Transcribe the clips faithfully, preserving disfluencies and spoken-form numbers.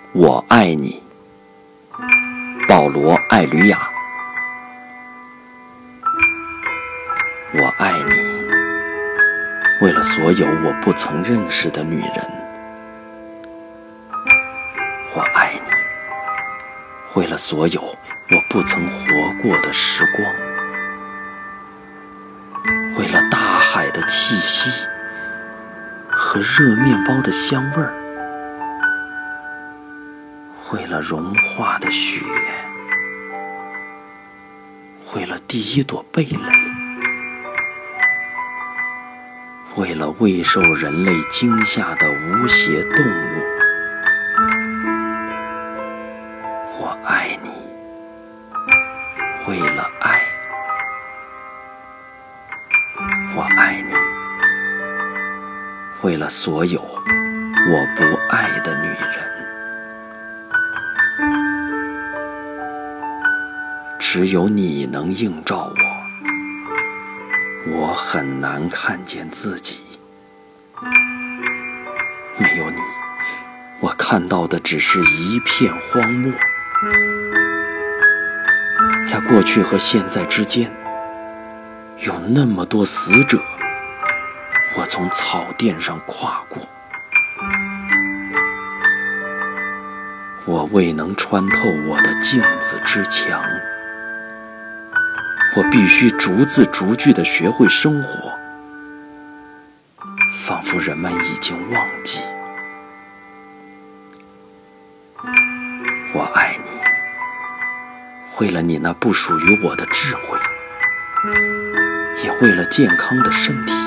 我爱你，保罗·艾吕雅。我爱你，为了所有我不曾认识的女人。我爱你，为了所有我不曾活过的时光。为了大海的气息和热面包的香味儿。为了融化的雪，为了第一朵蓓蕾，为了未受人类惊吓的无邪动物。我爱你，为了爱。我爱你，为了所有我不爱的女人。只有你能映照我，我很难看见自己。没有你，我看到的只是一片荒漠。在过去和现在之间，有那么多死者，我从草甸上跨过。我未能穿透我的镜子之墙。我必须逐字逐句地学会生活，仿佛人们已经忘记。我爱你，为了你那不属于我的智慧，也为了健康的身体。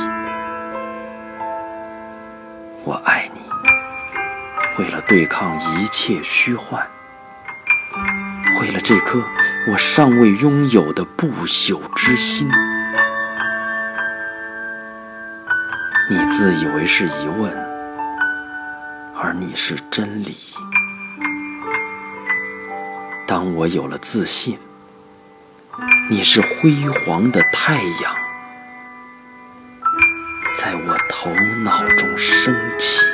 我爱你，为了对抗一切虚幻，为了这颗我尚未拥有的不朽之心。你自以为是疑问，而你是真理。当我有了自信，你是辉煌的太阳，在我头脑中升起。